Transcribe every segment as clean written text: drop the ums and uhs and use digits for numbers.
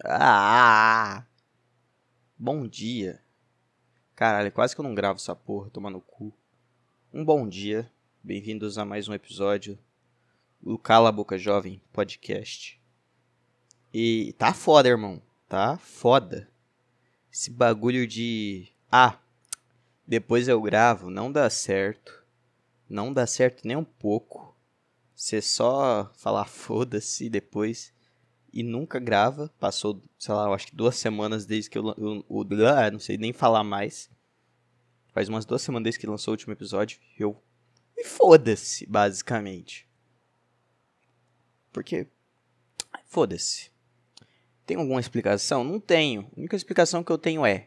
Ah! Bom dia. Caralho, quase que eu não gravo essa porra, toma no cu. Um bom dia. Bem-vindos a mais um episódio do Cala a Boca Jovem Podcast. E tá foda, irmão. Tá foda. Esse bagulho de... depois eu gravo, não dá certo. Não dá certo nem um pouco. Você só falar foda-se depois e nunca grava. Passou, sei lá, eu acho que 2 semanas desde que não sei nem falar mais. Faz umas 2 semanas desde que lançou o último episódio. E foda-se, basicamente. Porque, foda-se. Tem alguma explicação? Não tenho. A única explicação que eu tenho é...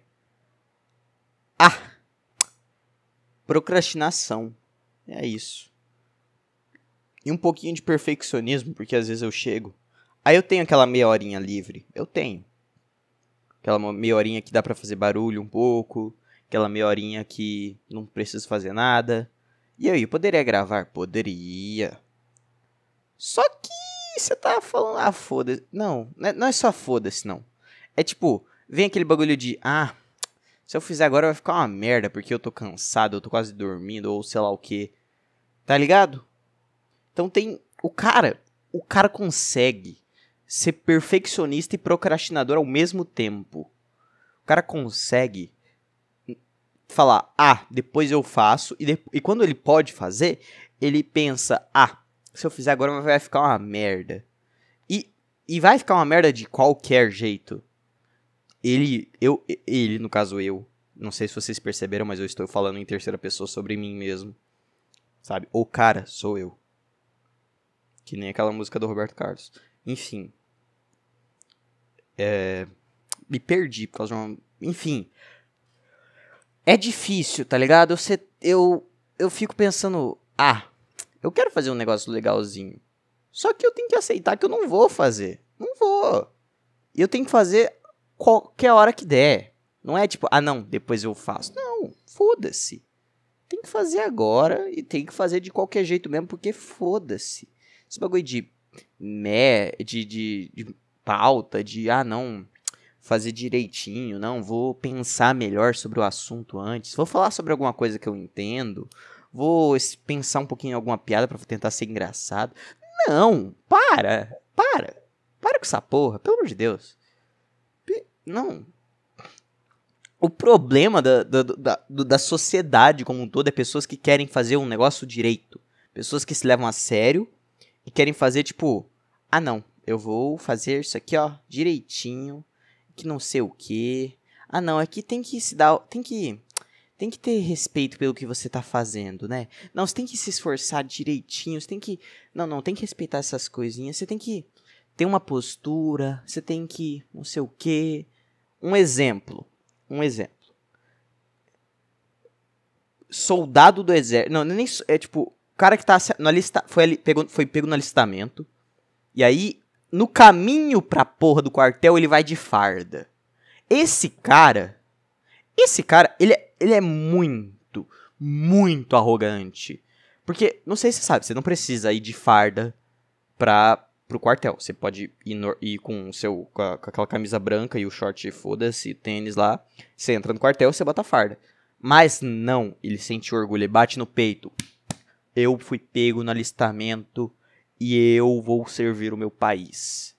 procrastinação. É isso. E um pouquinho de perfeccionismo, porque às vezes eu chego. Aí eu tenho aquela meia horinha livre. Eu tenho. Aquela meia horinha que dá pra fazer barulho um pouco. Aquela meia horinha que não preciso fazer nada. E aí, poderia gravar? Poderia. Só que você tá falando, foda-se. Não é só foda-se, não. É tipo, vem aquele bagulho de, se eu fizer agora vai ficar uma merda, porque eu tô cansado, eu tô quase dormindo, ou sei lá o que. Tá ligado? Então tem, o cara consegue ser perfeccionista e procrastinador ao mesmo tempo. O cara consegue falar, depois eu faço, e quando ele pode fazer, ele pensa, se eu fizer agora vai ficar uma merda. E vai ficar uma merda de qualquer jeito. Ele, no caso eu, não sei se vocês perceberam, mas eu estou falando em terceira pessoa sobre mim mesmo. Sabe? O cara sou eu. Que nem aquela música do Roberto Carlos. Enfim. Me perdi por causa de uma... Enfim. É difícil, tá ligado? Eu fico pensando, eu quero fazer um negócio legalzinho. Só que eu tenho que aceitar que eu não vou fazer. Não vou. E eu tenho que fazer qualquer hora que der. Não é tipo, não, depois eu faço. Não, foda-se. Tem que fazer agora e tem que fazer de qualquer jeito mesmo, porque foda-se. Esse bagulho de pauta, não, fazer direitinho, não, vou pensar melhor sobre o assunto antes, vou falar sobre alguma coisa que eu entendo, vou pensar um pouquinho em alguma piada pra tentar ser engraçado. Não, para com essa porra, pelo amor de Deus. Não. O problema da sociedade como um todo é pessoas que querem fazer um negócio direito. Pessoas que se levam a sério e querem fazer tipo, não, eu vou fazer isso aqui, ó, direitinho, que não sei o quê. Não, aqui tem que se dar, tem que ter respeito pelo que você tá fazendo, né? Não, você tem que se esforçar direitinho, você tem que, não, tem que respeitar essas coisinhas, você tem que ter uma postura, você tem que, não sei o quê. Um exemplo. Soldado do exército. Não, nem. É tipo. O cara que tá no foi pego no alistamento. E aí, no caminho pra porra do quartel, ele vai de farda. Esse cara. Ele é muito, muito arrogante. Porque, não sei se você sabe, você não precisa ir de farda pro quartel. Você pode ir com aquela camisa branca e o short foda-se, tênis lá. Você entra no quartel, você bota a farda. Mas não, ele sente orgulho, ele bate no peito. Eu fui pego no alistamento e eu vou servir o meu país.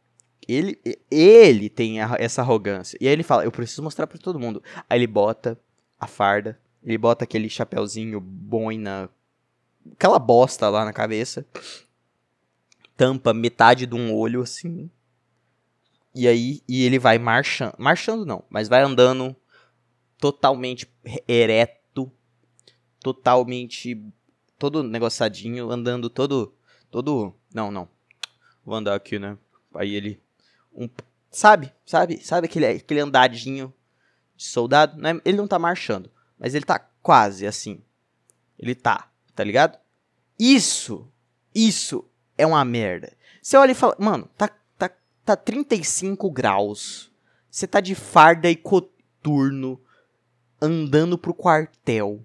Ele tem essa arrogância. E aí ele fala, eu preciso mostrar pra todo mundo. Aí ele bota a farda, ele bota aquele chapéuzinho boina, aquela bosta lá na cabeça. Tampa metade de um olho, assim. E aí ele vai marchando. Marchando não, mas vai andando totalmente ereto. Totalmente. Todo negociadinho. Andando todo. Não. Vou andar aqui, né? Aí ele. Sabe aquele andadinho de soldado? Ele não tá marchando. Mas ele tá quase assim. Ele tá ligado? Isso é uma merda. Você olha e fala, mano, tá 35 graus. Você tá de farda e coturno andando pro quartel.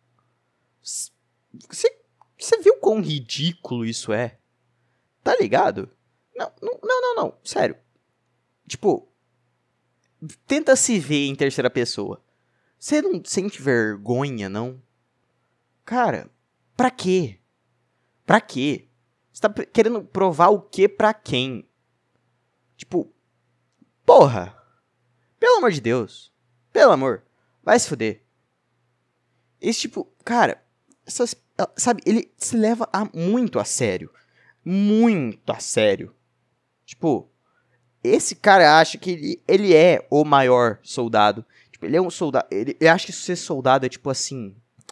Você viu quão ridículo isso é? Tá ligado? Não. Sério. Tipo, tenta se ver em terceira pessoa. Você não sente vergonha, não? Cara, pra quê? Pra quê? Você tá querendo provar o quê pra quem? Tipo, porra. Pelo amor de Deus. Pelo amor. Vai se fuder. Esse tipo, cara, sabe, ele se leva muito a sério. Muito a sério. Tipo, esse cara acha que ele é o maior soldado. Tipo, ele é um soldado. Ele acha que ser soldado é tipo assim.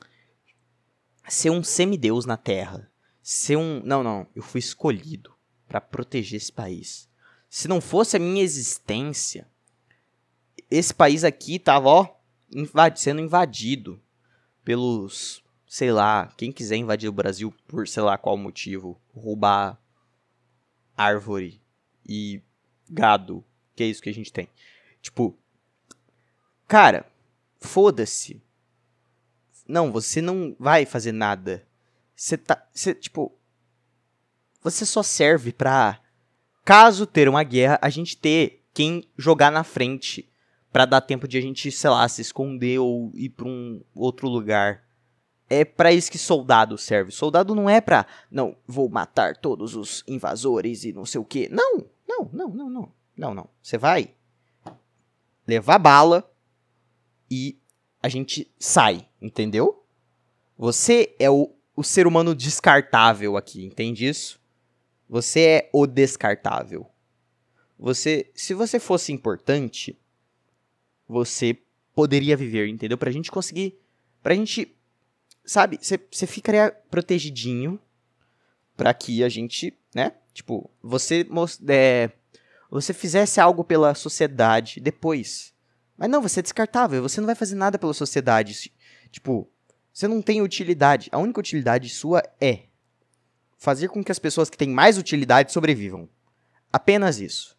Ser um semideus na Terra. Ser um. Não. Eu fui escolhido pra proteger esse país. Se não fosse a minha existência, esse país aqui tava, ó, sendo invadido pelos. Sei lá, quem quiser invadir o Brasil por sei lá qual motivo. Roubar árvore e gado. Que é isso que a gente tem. Tipo, cara, foda-se. Não, você não vai fazer nada. Tipo, você só serve pra, caso ter uma guerra, a gente ter quem jogar na frente. Pra dar tempo de a gente, sei lá, se esconder ou ir pra um outro lugar. É pra isso que soldado serve. Soldado não é pra, não, vou matar todos os invasores e não sei o quê. Não. Você vai levar bala e a gente sai, entendeu? Você é o ser humano descartável aqui, entende isso? Você é o descartável. Se você fosse importante, você poderia viver, entendeu? Pra gente conseguir, sabe, você ficaria protegidinho pra que a gente, né? Tipo, você fizesse algo pela sociedade depois. Mas não, você é descartável, você não vai fazer nada pela sociedade. Tipo, você não tem utilidade. A única utilidade sua é fazer com que as pessoas que têm mais utilidade sobrevivam. Apenas isso.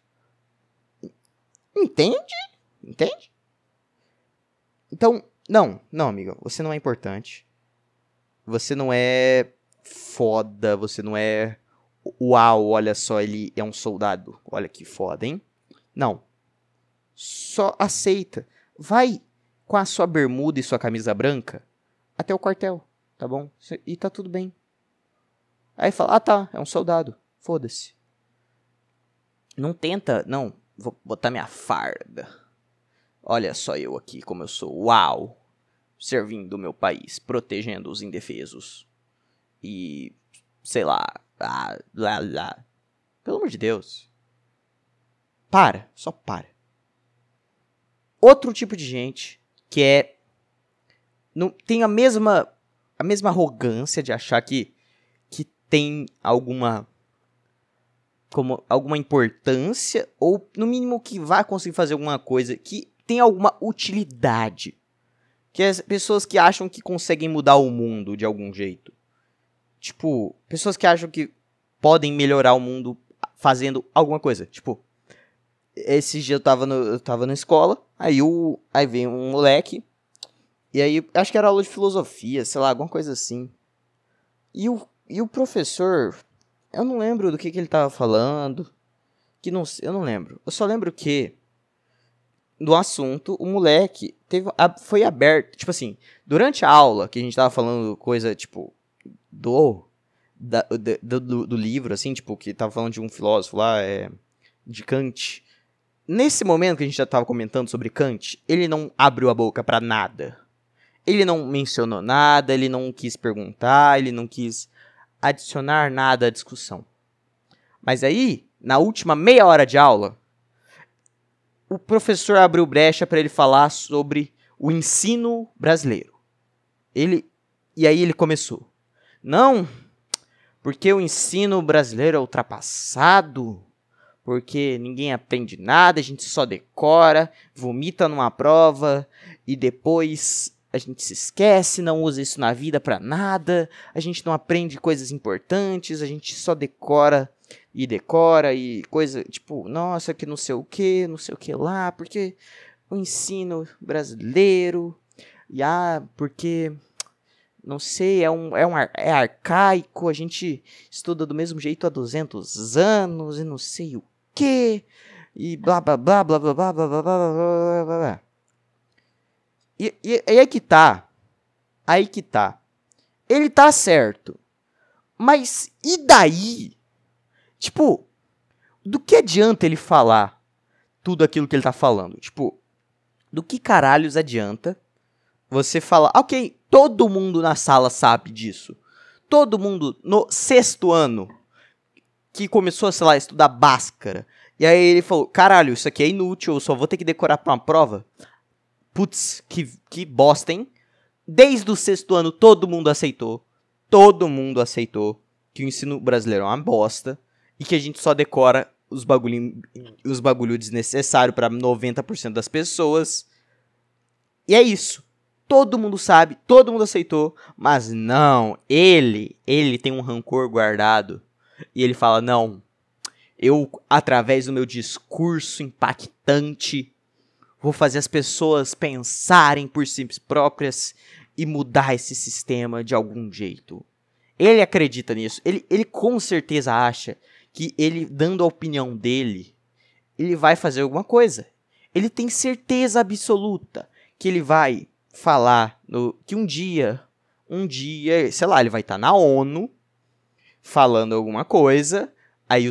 Entende? Entende? Então, não, amiga, você não é importante. Você não é foda, você não é uau, olha só, ele é um soldado. Olha que foda, hein? Não. Só aceita. Vai com a sua bermuda e sua camisa branca até o quartel, tá bom? E tá tudo bem. Aí fala, tá, é um soldado. Foda-se. Não tenta, não, vou botar minha farda. Olha só eu aqui como eu sou, uau. Servindo o meu país, protegendo os indefesos. E, sei lá, lá. Pelo amor de Deus. Só para. Outro tipo de gente que não tem a mesma arrogância de achar que tem alguma importância ou no mínimo que vai conseguir fazer alguma coisa que tem alguma utilidade. Que é as pessoas que acham que conseguem mudar o mundo de algum jeito. Tipo, pessoas que acham que podem melhorar o mundo fazendo alguma coisa. Tipo, esses dias eu tava na escola, aí vem um moleque, e aí, acho que era aula de filosofia, sei lá, alguma coisa assim. E o professor, eu não lembro do que ele tava falando, eu não lembro. Eu só lembro que, do assunto, o moleque foi aberto, tipo assim, durante a aula, que a gente tava falando coisa, tipo, do livro, assim, tipo, que tava falando de um filósofo lá, de Kant. Nesse momento que a gente já tava comentando sobre Kant, ele não abriu a boca pra nada. Ele não mencionou nada, ele não quis perguntar, ele não quis adicionar nada à discussão. Mas aí, na última meia hora de aula, o professor abriu brecha para ele falar sobre o ensino brasileiro. E aí ele começou. Não, porque o ensino brasileiro é ultrapassado, porque ninguém aprende nada, a gente só decora, vomita numa prova e depois a gente se esquece, não usa isso na vida pra nada, a gente não aprende coisas importantes, a gente só decora e coisa, tipo, nossa, que não sei o que lá, porque o ensino brasileiro, porque, não sei, é arcaico, a gente estuda do mesmo jeito há 200 anos e não sei o que, e blá blá blá blá blá blá blá blá blá blá blá blá. E aí que tá. Aí que tá. Ele tá certo. Mas e daí? Tipo, do que adianta ele falar tudo aquilo que ele tá falando? Tipo, do que caralhos adianta você falar... Ok, todo mundo na sala sabe disso. Todo mundo no 6º ano que começou, sei lá, a estudar Bhaskara. E aí ele falou, caralho, isso aqui é inútil, eu só vou ter que decorar pra uma prova. Putz, que bosta, hein? Desde o 6º ano todo mundo aceitou. Todo mundo aceitou que o ensino brasileiro é uma bosta. E que a gente só decora os bagulho desnecessário pra 90% das pessoas. E é isso. Todo mundo sabe, todo mundo aceitou. Mas não, ele tem um rancor guardado. E ele fala, não, eu, através do meu discurso impactante, vou fazer as pessoas pensarem por si próprias e mudar esse sistema de algum jeito. Ele acredita nisso. Ele com certeza acha que ele, dando a opinião dele, ele vai fazer alguma coisa. Ele tem certeza absoluta que ele vai falar que um dia, sei lá, ele vai estar na ONU falando alguma coisa, aí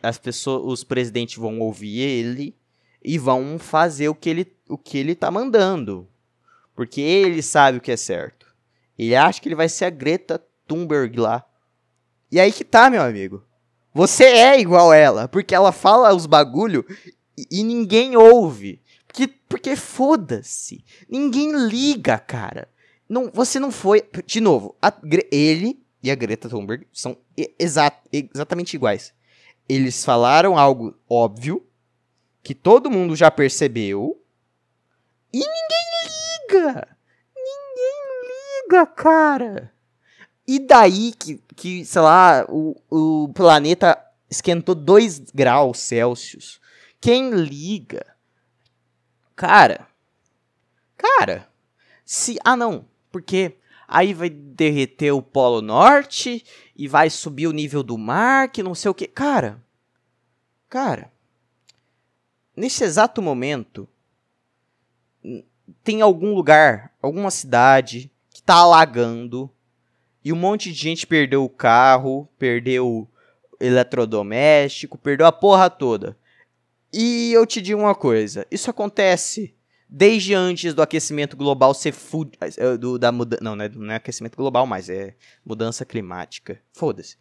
os presidentes vão ouvir ele e vão fazer o que ele tá mandando. Porque ele sabe o que é certo. Ele acha que ele vai ser a Greta Thunberg lá. E aí que tá, meu amigo. Você é igual ela, porque ela fala os bagulho e ninguém ouve. Porque foda-se. Ninguém liga, cara. Não, você não foi... De novo, ele e a Greta Thunberg são exatamente iguais. Eles falaram algo óbvio, que todo mundo já percebeu, e ninguém liga. Ninguém liga, cara. E daí que sei lá, o planeta esquentou 2 graus Celsius. Quem liga? Cara, não, porque aí vai derreter o Polo Norte e vai subir o nível do mar, que não sei o que. Cara, nesse exato momento, tem algum lugar, alguma cidade que tá alagando e um monte de gente perdeu o carro, perdeu o eletrodoméstico, perdeu a porra toda. E eu te digo uma coisa, isso acontece desde antes do aquecimento global ser não é aquecimento global mais, é mudança climática. Foda-se.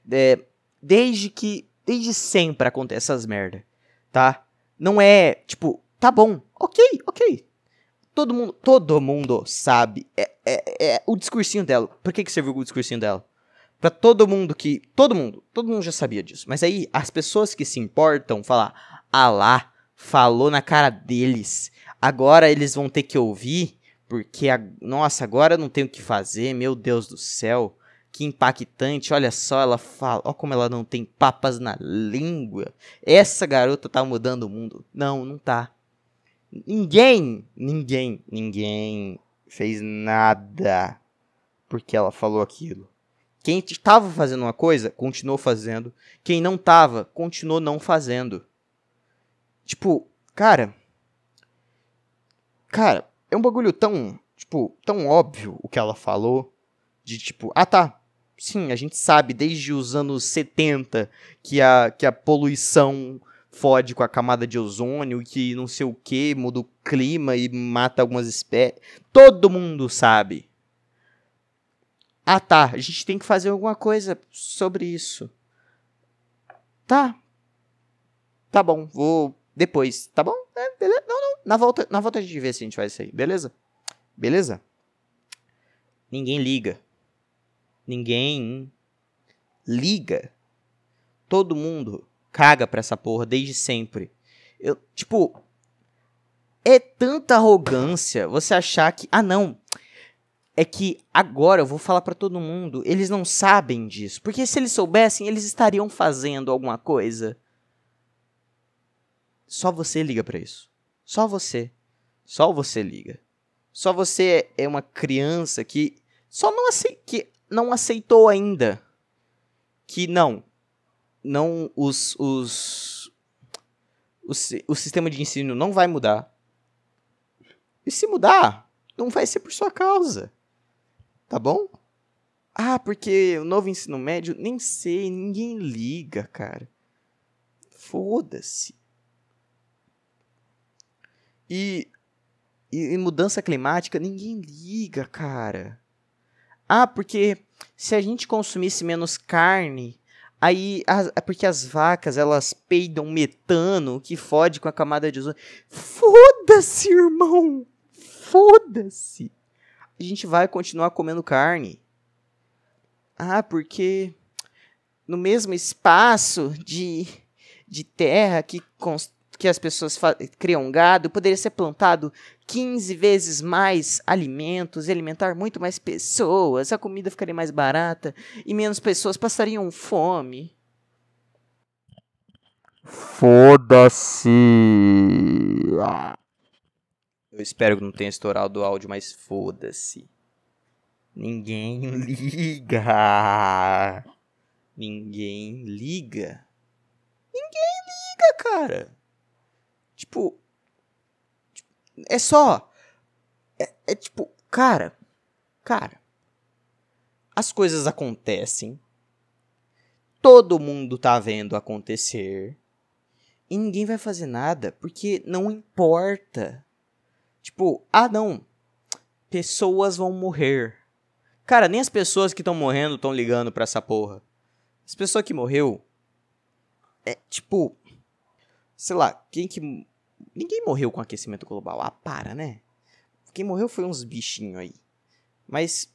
Desde sempre acontece essas merda, tá? Não é, tipo, tá bom, ok. Todo mundo sabe. O discursinho dela. Por que serviu o discursinho dela? Pra todo mundo todo mundo já sabia disso. Mas aí, as pessoas que se importam falar, lá, falou na cara deles. Agora eles vão ter que ouvir, porque, nossa, agora não tem o que fazer, meu Deus do céu. Que impactante, olha só, ela fala, olha como ela não tem papas na língua. Essa garota tá mudando o mundo. Não tá. Ninguém fez nada porque ela falou aquilo. Quem estava fazendo uma coisa, continuou fazendo. Quem não estava, continuou não fazendo. Tipo, cara, é um bagulho tão óbvio o que ela falou. De tipo, tá, sim, a gente sabe desde os anos 70 que a poluição fode com a camada de ozônio, que não sei o que, muda o clima e mata algumas espécies. Todo mundo sabe. Tá, a gente tem que fazer alguma coisa sobre isso. Tá bom, vou depois, tá bom? Beleza? Não, na volta a gente vê se a gente faz isso aí, beleza? Ninguém liga. Todo mundo caga pra essa porra desde sempre. É tanta arrogância você achar que... não. É que agora eu vou falar pra todo mundo. Eles não sabem disso. Porque se eles soubessem, eles estariam fazendo alguma coisa. Só você liga pra isso. Só você liga. Só você é uma criança que que não aceitou ainda que não os O sistema de ensino não vai mudar. E se mudar, não vai ser por sua causa. Tá bom? Ah, porque o novo ensino médio, nem sei, ninguém liga, cara. Foda-se. E mudança climática, ninguém liga, cara. Ah, porque se a gente consumisse menos carne, aí porque as vacas, elas peidam metano que fode com a camada de ozônio. Foda-se, irmão. Foda-se. A gente vai continuar comendo carne. Ah, porque no mesmo espaço de terra que as pessoas criam gado, poderia ser plantado 15 vezes mais alimentos e alimentar muito mais pessoas, a comida ficaria mais barata e menos pessoas passariam fome. Foda-se! Eu espero que não tenha estourado o áudio, mas foda-se. Ninguém liga. Ninguém liga. Ninguém liga, cara. Tipo, é só. É tipo, cara. As coisas acontecem. Todo mundo tá vendo acontecer. E ninguém vai fazer nada porque não importa. Tipo, não. Pessoas vão morrer. Cara, nem as pessoas que estão morrendo estão ligando pra essa porra. As pessoas que morreu. Tipo. Sei lá, ninguém morreu com aquecimento global. Ah, para, né? Quem morreu foi uns bichinhos aí. Mas.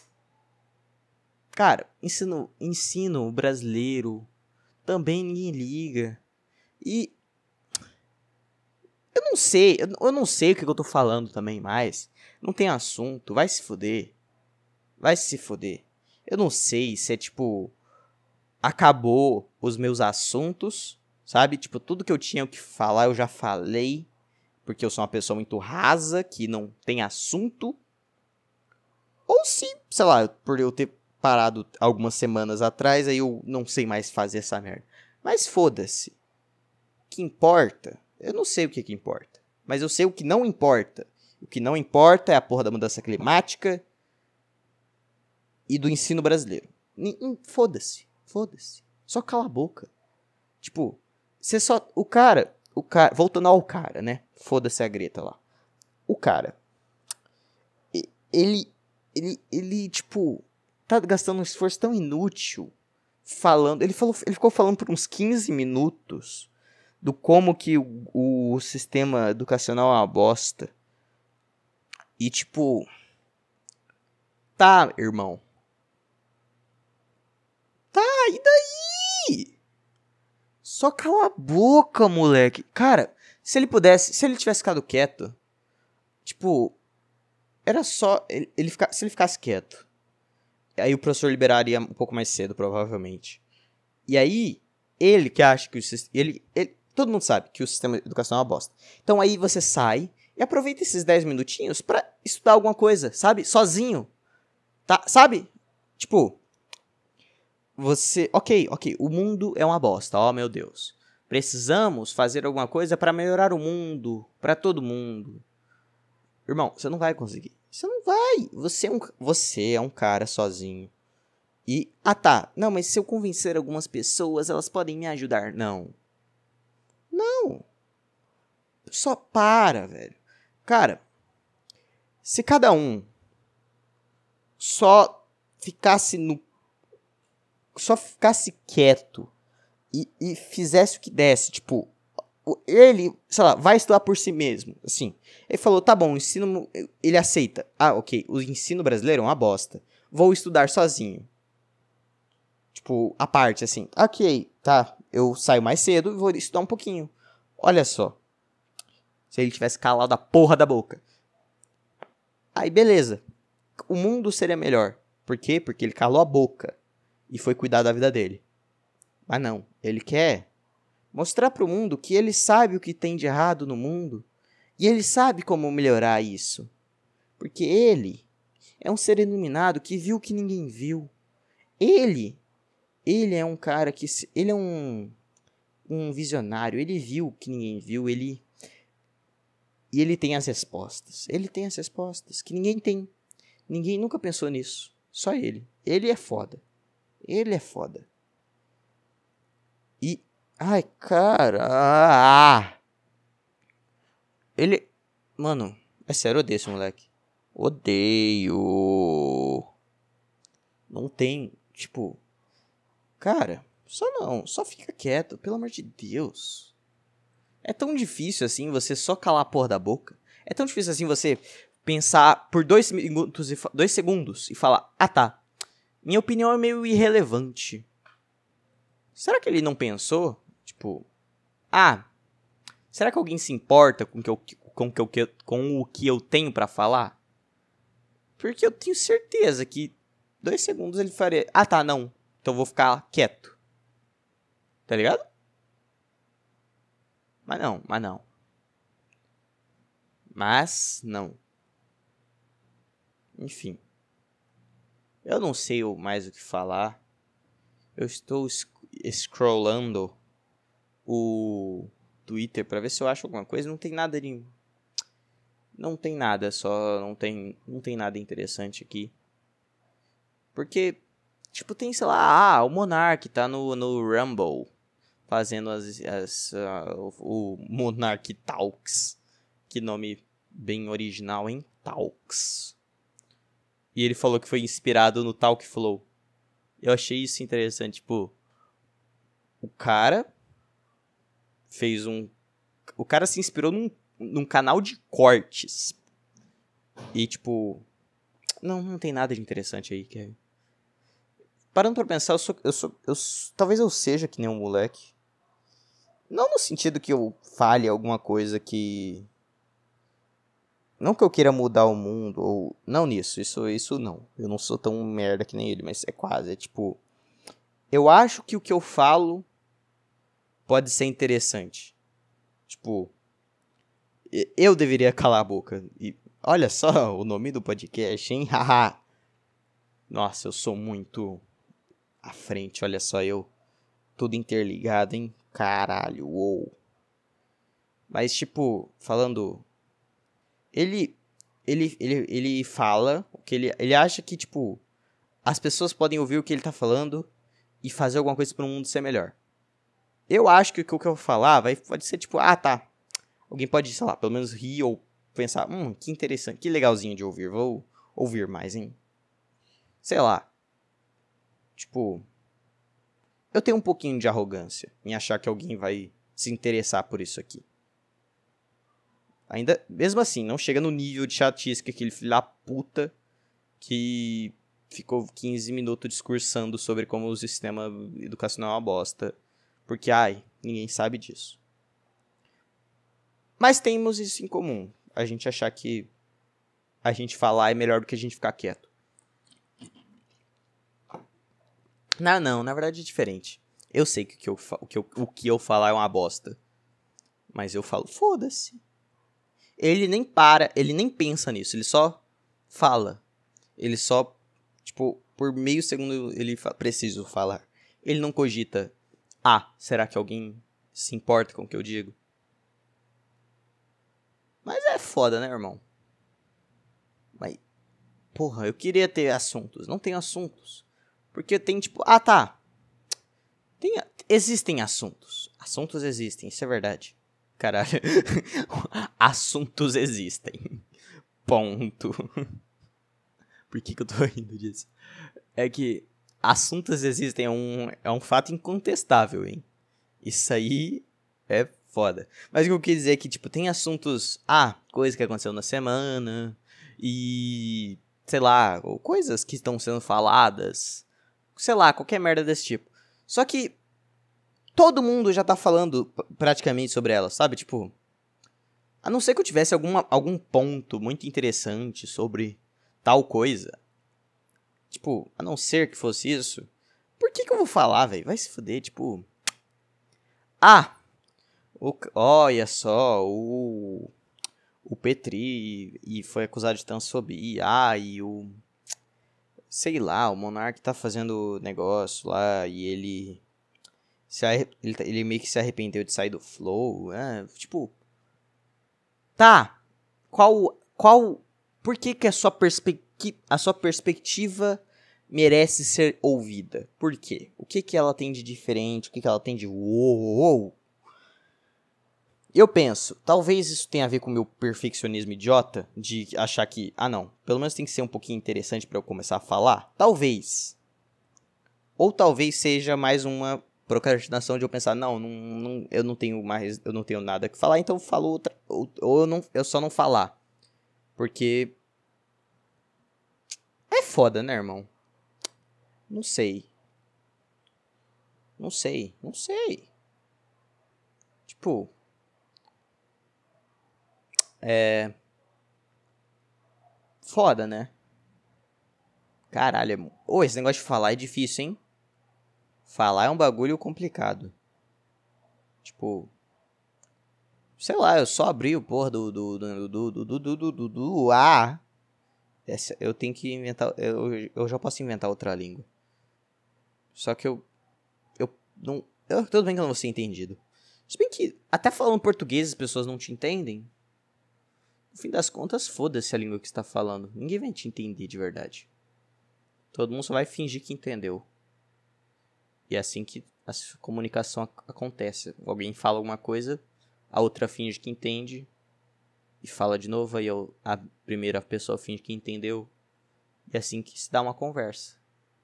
Cara, ensino brasileiro. Também ninguém liga. E. Eu não sei o que eu tô falando também mais. Não tem assunto. Vai se foder. Vai se foder. Eu não sei se é tipo. Acabou os meus assuntos. Sabe? Tipo, tudo que eu tinha que falar eu já falei. Porque eu sou uma pessoa muito rasa, que não tem assunto. Ou se, sei lá, por eu ter parado algumas semanas atrás, aí eu não sei mais fazer essa merda. Mas foda-se. O que importa? Eu não sei o que importa. Mas eu sei o que não importa. O que não importa é a porra da mudança climática e do ensino brasileiro. Foda-se. Foda-se. Só cala a boca. Tipo, você só... O cara... Voltando ao cara, né? Foda-se a Greta lá. O cara... Ele, tipo... Tá gastando um esforço tão inútil falando... Ele ficou falando por uns 15 minutos do como que o sistema educacional é uma bosta. E, tipo... Tá, irmão. Tá, e daí? Só cala a boca, moleque. Cara, se ele tivesse ficado quieto, tipo, era só se ele ficasse quieto. Aí o professor liberaria um pouco mais cedo, provavelmente. E aí, ele que acha que todo mundo sabe que o sistema educacional é uma bosta. Então aí você sai e aproveita esses 10 minutinhos pra estudar alguma coisa, sabe? Sozinho. Tá, sabe? Tipo, você... Ok, o mundo é uma bosta, oh meu Deus. Precisamos fazer alguma coisa pra melhorar o mundo, pra todo mundo. Irmão, você não vai conseguir. Você não vai. Você é um cara sozinho. E, tá. Não, mas se eu convencer algumas pessoas, elas podem me ajudar. Não. Só para, velho. Cara, se cada um só ficasse quieto e fizesse o que desse, tipo, ele, sei lá, vai estudar por si mesmo, assim. Ele falou, tá bom, ele aceita. Ok, o ensino brasileiro é uma bosta. Vou estudar sozinho. Tipo, a parte, assim. Ok, tá, eu saio mais cedo e vou estudar um pouquinho. Olha só. Se ele tivesse calado a porra da boca. Aí, beleza. O mundo seria melhor. Por quê? Porque ele calou a boca e foi cuidar da vida dele. Mas não, ele quer mostrar pro mundo que ele sabe o que tem de errado no mundo e ele sabe como melhorar isso. Porque ele é um ser iluminado que viu o que ninguém viu. Ele é um cara que... Ele é um um visionário. Ele viu o que ninguém viu. E ele tem as respostas. Ele tem as respostas que ninguém tem. Ninguém nunca pensou nisso. Só ele. Ele é foda. Ele é foda. E... Ai, cara... Ele... Mano, é sério, eu odeio esse moleque. Odeio. Não tem, tipo... Cara, só fica quieto, pelo amor de Deus. É tão difícil assim você só calar a porra da boca. É tão difícil assim você pensar por 2 segundos e falar, ah tá, minha opinião é meio irrelevante. Será que ele não pensou? Tipo, será que alguém se importa com o que eu tenho pra falar? Porque eu tenho certeza que 2 segundos ele faria, ah tá, não, então eu vou ficar quieto. Tá ligado? Mas não. Enfim. Eu não sei mais o que falar. Eu estou scrollando o Twitter pra ver se eu acho alguma coisa. Não tem nada de... Não tem nada, só não tem nada interessante aqui. Porque, tipo, tem, sei lá, o Monark tá no Rumble fazendo o Monark Talks. Que nome bem original, hein? Talks. E ele falou que foi inspirado no Talk Flow. Eu achei isso interessante, tipo... O cara fez um... O cara se inspirou num canal de cortes. E, tipo... Não tem nada de interessante aí, Kevin. Parando pra pensar, talvez eu seja que nem um moleque. Não no sentido que eu fale alguma coisa que... Não que eu queira mudar o mundo, ou... Não nisso, isso não. Eu não sou tão merda que nem ele, mas é quase. É tipo... Eu acho que o que eu falo pode ser interessante. Tipo... Eu deveria calar a boca. E olha só o nome do podcast, hein? Haha. Nossa, eu sou muito à frente, olha só eu. Tudo interligado, hein? Caralho, uou. Mas, tipo, falando... Ele fala que ele acha que, tipo, as pessoas podem ouvir o que ele tá falando e fazer alguma coisa para o mundo ser melhor. Eu acho que o que eu vou falar pode ser, tipo, ah, tá. Alguém pode, sei lá, pelo menos rir ou pensar, que interessante, que legalzinho de ouvir, vou ouvir mais, hein? Sei lá. Tipo, eu tenho um pouquinho de arrogância em achar que alguém vai se interessar por isso aqui. Ainda, mesmo assim, não chega no nível de chatice que aquele filho da puta que ficou 15 minutos discursando sobre como o sistema educacional é uma bosta. Porque, ninguém sabe disso. Mas temos isso em comum. A gente achar que a gente falar é melhor do que a gente ficar quieto. Não, na verdade é diferente. Eu sei que o que eu falar é uma bosta. Mas eu falo, foda-se. Ele nem pensa nisso, ele só fala. Ele só, tipo, por meio segundo ele preciso falar. Ele não cogita, será que alguém se importa com o que eu digo? Mas é foda, né, irmão? Mas, porra, eu queria ter assuntos. Não tenho assuntos. Porque tem, tipo, tá. Existem assuntos. Assuntos existem, isso é verdade. Caralho. Assuntos existem. Ponto. Por que eu tô rindo disso? É que assuntos existem é um fato incontestável, hein? Isso aí é foda. Mas o que eu quis dizer é que, tipo, tem assuntos... coisa que aconteceu na semana. E... sei lá, ou coisas que estão sendo faladas. Sei lá, qualquer merda desse tipo. Só que todo mundo já tá falando praticamente sobre ela, sabe? Tipo, a não ser que eu tivesse algum ponto muito interessante sobre tal coisa. Tipo, a não ser que fosse isso, por que eu vou falar, velho? Vai se fuder, tipo... olha só, o Petri e foi acusado de transfobia. E o... sei lá, o Monark tá fazendo negócio lá e ele... Ele meio que se arrependeu de sair do Flow. Tipo, tá. Por que a sua perspectiva merece ser ouvida? Por quê? O que ela tem de diferente? O que ela tem de uou? Eu penso, talvez isso tenha a ver com o meu perfeccionismo idiota, de achar que, não, pelo menos tem que ser um pouquinho interessante pra eu começar a falar. Talvez. Ou talvez seja mais uma procrastinação de eu pensar, eu não tenho nada que falar, então eu falo outra, ou eu só não falar. Porque é foda, né, irmão? Não sei. Tipo, foda, né? Caralho, esse negócio de falar é difícil, hein? Falar é um bagulho complicado. Tipo, sei lá, eu só abri o porra eu tenho que inventar, eu já posso inventar outra língua. Só que eu não, tudo bem que eu não vou ser entendido. Se bem que até falando português as pessoas não te entendem. No fim das contas, foda-se a língua que você tá falando. Ninguém vai te entender de verdade. Todo mundo só vai fingir que entendeu. E é assim que a comunicação acontece. Alguém fala alguma coisa, a outra finge que entende e fala de novo, aí a primeira pessoa finge que entendeu. E é assim que se dá uma conversa.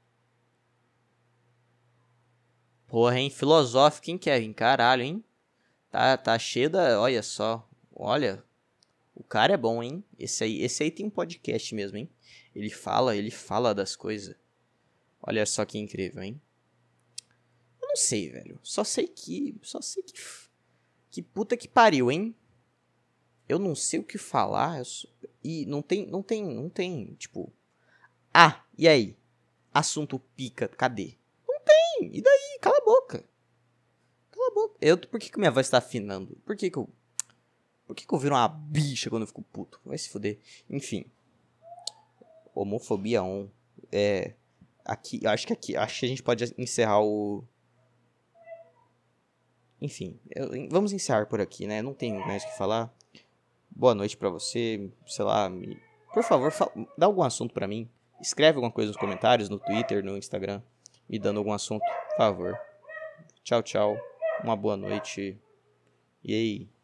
Porra, hein? Filosófico, hein, Kevin? Caralho, hein? Tá cheio da... Olha só. Olha... O cara é bom, hein? Esse aí tem um podcast mesmo, hein? Ele fala das coisas. Olha só que incrível, hein? Eu não sei, velho. Só sei que puta que pariu, hein? Eu não sei o que falar. E não tem, tipo... e aí? Assunto pica, cadê? Não tem, e daí? Cala a boca. Por que minha voz tá afinando? Por que eu viro uma bicha quando eu fico puto? Vai se fuder. Enfim. Homofobia on. Acho que a gente pode encerrar o... Enfim. Vamos encerrar por aqui, né? Não tenho mais o que falar. Boa noite pra você. Sei lá. Por favor, dá algum assunto pra mim. Escreve alguma coisa nos comentários, no Twitter, no Instagram. Me dando algum assunto, por favor. Tchau, tchau. Uma boa noite. E aí?